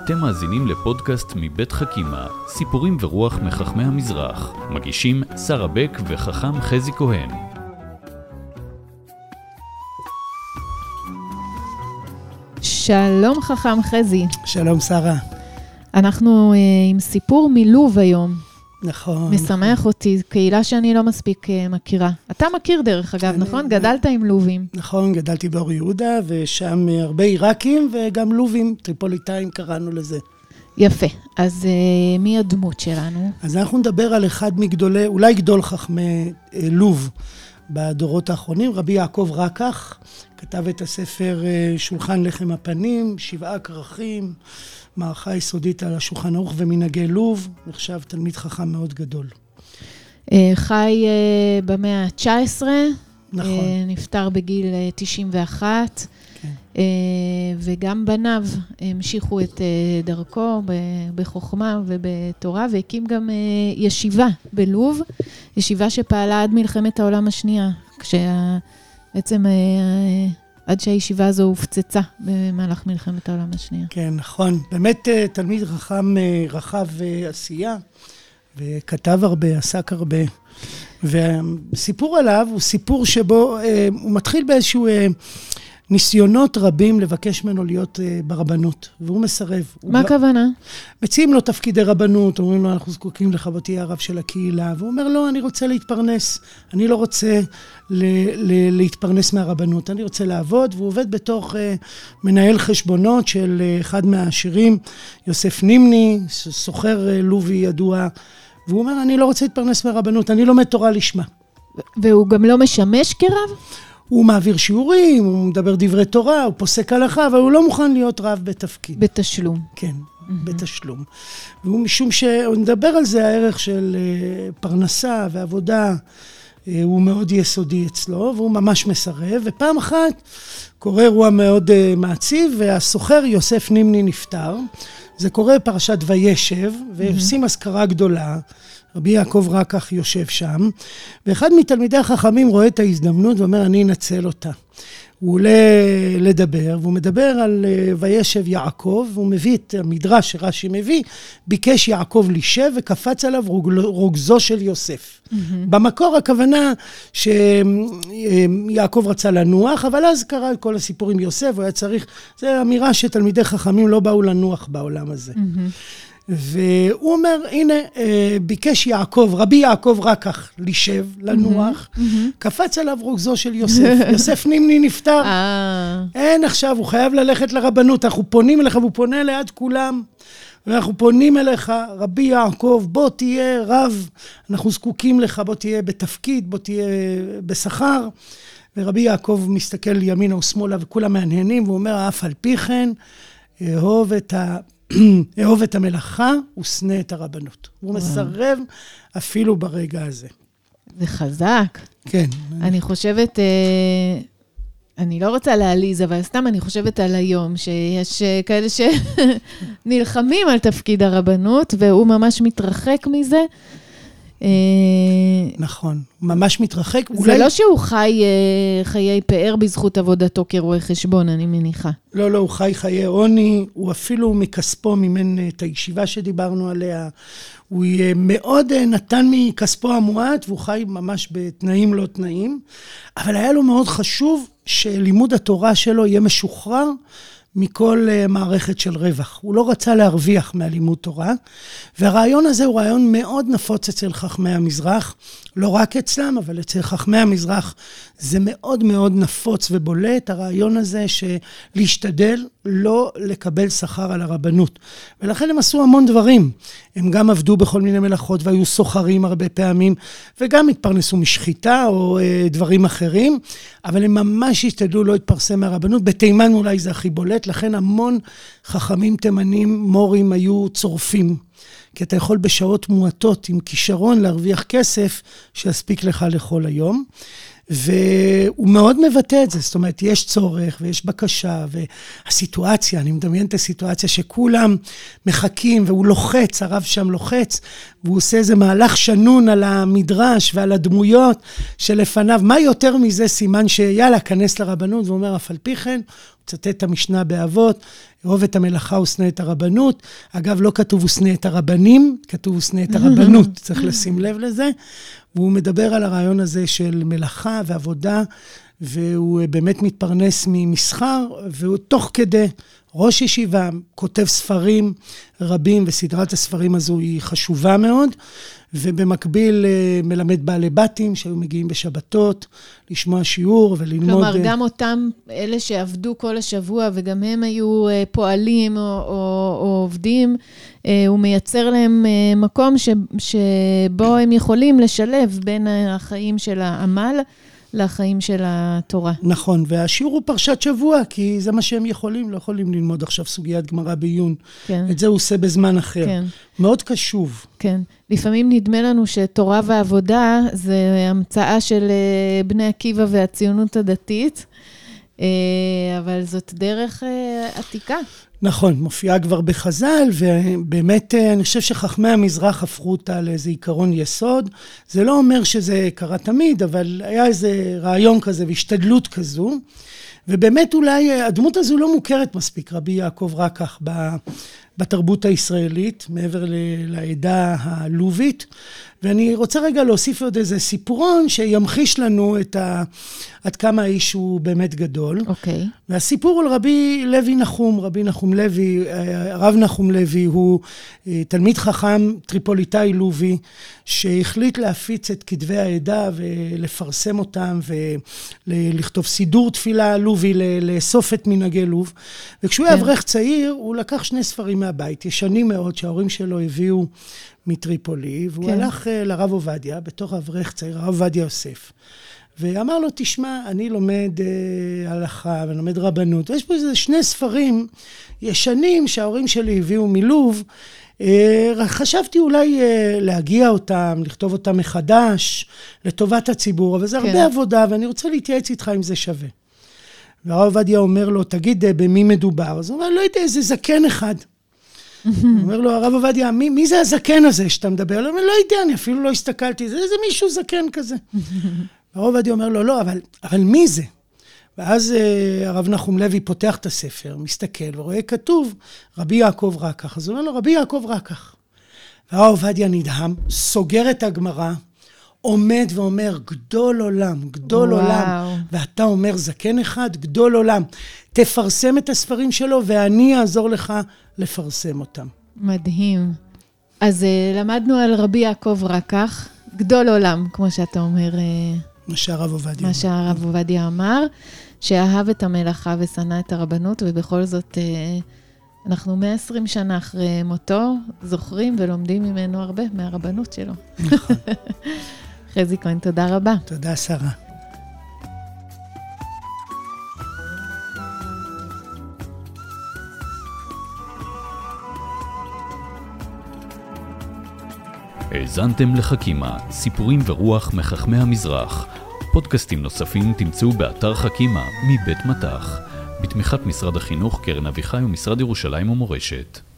אתם מאזינים לפודקאסט מבית חכימה, סיפורים ורוח מחכמי המזרח. מגישים שרה בק וחכם חזי כהן. שלום חכם חזי. שלום שרה. אנחנו עם סיפור מלוב היום. נכון. משמח אותי, קהילה שאני לא מספיק מכירה. אתה מכיר דרך אגב, נכון? גדלת עם לובים. נכון, גדלתי באור יהודה, ושם הרבה עיראקים וגם לובים, טריפוליטאים קראנו לזה. יפה. אז מי הדמות שלנו? אז אנחנו נדבר על אחד מגדולי, אולי גדול חכמי לוב בדורות האחרונים, רבי יעקב רקח, כתב את הספר שולחן לחם הפנים, 7 כרכים, מערכה יסודית על השולחן ערוך ומנהגי לוב, נחשב תלמיד חכם מאוד גדול. חי במאה ה-19, נכון. נפטר בגיל 91, כן. וגם בניו המשיכו את דרכו בחוכמה ובתורה, והקים גם ישיבה בלוב, ישיבה שפעלה עד מלחמת העולם השנייה, בעצם עד שהישיבה הזו הופצצה במהלך מלחמת העולם השנייה. כן, נכון. באמת תלמיד חכם רחב עשייה, וכתב הרבה, עסק הרבה. והסיפור עליו הוא סיפור שבו הוא מתחיל באיזשהו ניסיונות רבים לבקש ממנו להיות ברבנות, והוא מסרב. מה הכוונה? מציעים לו תפקידי רבנות, אומרים לו, אנחנו זקוקים לך, בוא תהיה הרב של הקהילה, והוא אומר, לא, אני רוצה להתפרנס, אני לא רוצה להתפרנס מהרבנות, אני רוצה לעבוד, והוא עובד בתוך מנהל חשבונות של אחד מהעשירים, יוסף נימני, סוחר לובי ידוע, והוא אומר, אני לא רוצה להתפרנס מהרבנות, אני לומד תורה לשמה. והוא גם לא משמש כרב? הוא מעביר שיעורים, הוא מדבר דברי תורה, הוא פוסק הלכה, אבל הוא לא מוכן להיות רב בתפקיד. בתשלום. כן, בתשלום. והוא משום שהוא מדבר על זה, הערך של פרנסה ועבודה, הוא מאוד יסודי אצלו, והוא ממש מסרב, ופעם אחת קורה אירוע מאוד מעציב, והסוחר יוסף נימני נפטר. זה קורה פרשת וישב, ועושים אזכרה גדולה, רבי יעקב רקח יושב שם, ואחד מתלמידי החכמים רואה את ההזדמנות ואומר, אני אנצל אותה. הוא עולה לדבר, והוא מדבר על וישב יעקב, והוא מביא את המדרש שרש"י מביא, ביקש יעקב לישב וקפץ עליו רוגזו של יוסף. במקור הכוונה שיעקב רצה לנוח, אבל אז קרה כל הסיפור עם יוסף, הוא היה צריך, זה אמירה שתלמידי חכמים לא באו לנוח בעולם הזה. והוא אומר, הנה, ביקש יעקב, רבי יעקב רקח לישב, לנוח, קפץ עליו רוגזו של יוסף, יוסף נימני נפטר, אין עכשיו, הוא חייב ללכת לרבנות, אנחנו פונים אליך, והוא פונה ליד כולם, ואנחנו פונים אליך, רבי יעקב, בוא תהיה רב, אנחנו זקוקים לך, בוא תהיה בתפקיד, בוא תהיה בשכר, ורבי יעקב מסתכל ימינה ושמאלה, וכולם מעניינים, והוא אומר, אף על פי כן, אהוב את המלאכה ושנא את הרבנות. הוא מסרב אפילו ברגע הזה. זה חזק. כן. אני חושבת, אני לא רוצה להעליז, אבל סתם אני חושבת על היום, שיש כאלה שנלחמים על תפקיד הרבנות, והוא ממש מתרחק מזה. נכון, ממש מתרחק. זה לא שהוא חי חיי פאר בזכות עבודתו כרואה חשבון, אני מניחה. לא, הוא חי חיי עוני, הוא אפילו מכספו, מימן את הישיבה שדיברנו עליה, הוא מאוד נתן מכספו המועט, והוא חי ממש בתנאים לא תנאים, אבל היה לו מאוד חשוב שלימוד התורה שלו יהיה משוחרר, מכל מערכת של רווח. הוא לא רצה להרוויח מהלימוד תורה, והרעיון הזה הוא רעיון מאוד נפוץ אצל חכמי המזרח, לא רק אצלם, אבל אצל חכמי המזרח זה מאוד מאוד נפוץ ובולט, הרעיון הזה להשתדל לא לקבל שכר על הרבנות. ולכן הם עשו המון דברים. הם גם עבדו בכל מיני מלאכות והיו סוחרים הרבה פעמים, וגם התפרנסו משחיטה או דברים אחרים, אבל הם ממש השתדלו לא להתפרסם מהרבנות. בתימן אולי זה הכי בולט, לכן המון חכמים תימנים, מורים היו צורפים. כי אתה יכול בשעות מועטות עם כישרון להרוויח כסף שיספיק לך לכל היום. והוא מאוד מבטא את זה, זאת אומרת, יש צורך ויש בקשה, והסיטואציה, אני מדמיין את הסיטואציה שכולם מחכים, והוא לוחץ, הרב שם לוחץ, והוא עושה איזה מהלך שנון על המדרש ועל הדמויות שלפניו, מה יותר מזה סימן שיאללה, כנס לרבנות, והוא אומר, אף על פי כן, הוא צטט את המשנה באבות, אוהב את המלאכה ושנא את הרבנות, אגב, לא כתוב ושנא את הרבנים, כתוב ושנא את הרבנות, צריך לשים לב לזה, והוא מדבר על הרעיון הזה של מלאכה ועבודה, והוא באמת מתפרנס ממסחר, והוא תוך כדי ראש ישיבה, כותב ספרים רבים, וסדרת הספרים הזו היא חשובה מאוד, ובמקביל מלמד בעלי בתים שהיו מגיעים בשבתות, לשמוע שיעור וללמוד. כלומר, גם אותם אלה שעבדו כל השבוע, וגם הם היו פועלים או עובדים, הוא מייצר להם מקום שבו הם יכולים לשלב בין החיים של העמל, לחיים של התורה. נכון, והשיעור הוא פרשת שבוע, כי זה מה שהם יכולים, לא יכולים ללמוד עכשיו סוגיית גמרא בעיון. כן. את זה הוא עושה בזמן אחר. כן. מאוד קשוב. כן. לפעמים נדמה לנו שתורה ועבודה זה המצאה של בני עקיבא והציונות הדתית, אבל זאת דרך עתיקה. נכון, מופיעה כבר בחז"ל, ובאמת אני חושב שחכמי המזרח הפכו אותה לאיזה עיקרון יסוד. זה לא אומר שזה קרה תמיד, אבל היה איזה רעיון כזה והשתדלות כזו, ובאמת אולי הדמות הזו לא מוכרת מספיק, רבי יעקב רקח בתרבות הישראלית, מעבר לעדה הלובית, ואני רוצה רגע להוסיף עוד איזה סיפורון שימחיש לנו עד כמה האיש הוא באמת גדול. אוקיי. והסיפור על רבי נחום לוי, הרב נחום לוי, הוא תלמיד חכם טריפוליטאי לובי, שהחליט להפיץ את כתבי העדה ולפרסם אותם, ולכתוב סידור תפילה לובי, לאסוף את מנהגי לוב. וכשהוא היה אברך צעיר, הוא לקח 2 ספרים מהבית, ישנים מאוד, שההורים שלו הביאו מטריפולי, והוא הלך לרב עובדיה, בתוך אברך צעיר, הרב עובדיה יוסף. ואמר לו, תשמע, אני לומד הלכה ולומד רבנות, ויש פה איזה 2 ספרים ישנים שההורים שלי הביאו מלוב, חשבתי אולי להגיע אותם, לכתוב אותם מחדש, לטובת הציבור, אבל זה הרבה עבודה, ואני רוצה להתייעץ איתך אם זה שווה. והרב עובדיה אומר לו, תגיד, במי מדובר? אז הוא אומר, לא יודע, איזה זקן אחד. הוא אומר לו, הרב עובדיה, מי זה הזקן הזה שאתה מדבר? הוא אומר, לא יודע, אני אפילו לא הסתכלתי, זה מישהו זקן כזה. הרב עובדיה אומר לו, לא, אבל מי זה? ואז הרב נחום לוי פותח את הספר, מסתכל ורואה כתוב, רבי יעקב רקח. אז הוא אומר לו, רבי יעקב רקח. והרב עובדיה נדהם, סוגר את הגמרא, עומד ואומר, גדול עולם, גדול עולם. ואתה אומר, זקן אחד, גדול עולם. תפרסם את הספרים שלו, ואני אעזור לך לפרסם אותם. מדהים. אז למדנו על רבי יעקב רקח, גדול עולם, כמו שאתה אומר. מה שהרב עובדיה אמר, שאהב את המלאכה ושנא את הרבנות, ובכל זאת אנחנו 120 שנה אחרי מותו, זוכרים ולומדים ממנו הרבה מהרבנות שלו. נכון. חזי כהן, תודה רבה. תודה, שרה. האזנתם לחכימה, סיפורים ורוח מחכמי המזרח. פודקאסטים נוספים תמצאו באתר חכימה מבית מטח, בתמיכת משרד החינוך, קרן אביחי ומשרד ירושלים ומורשת.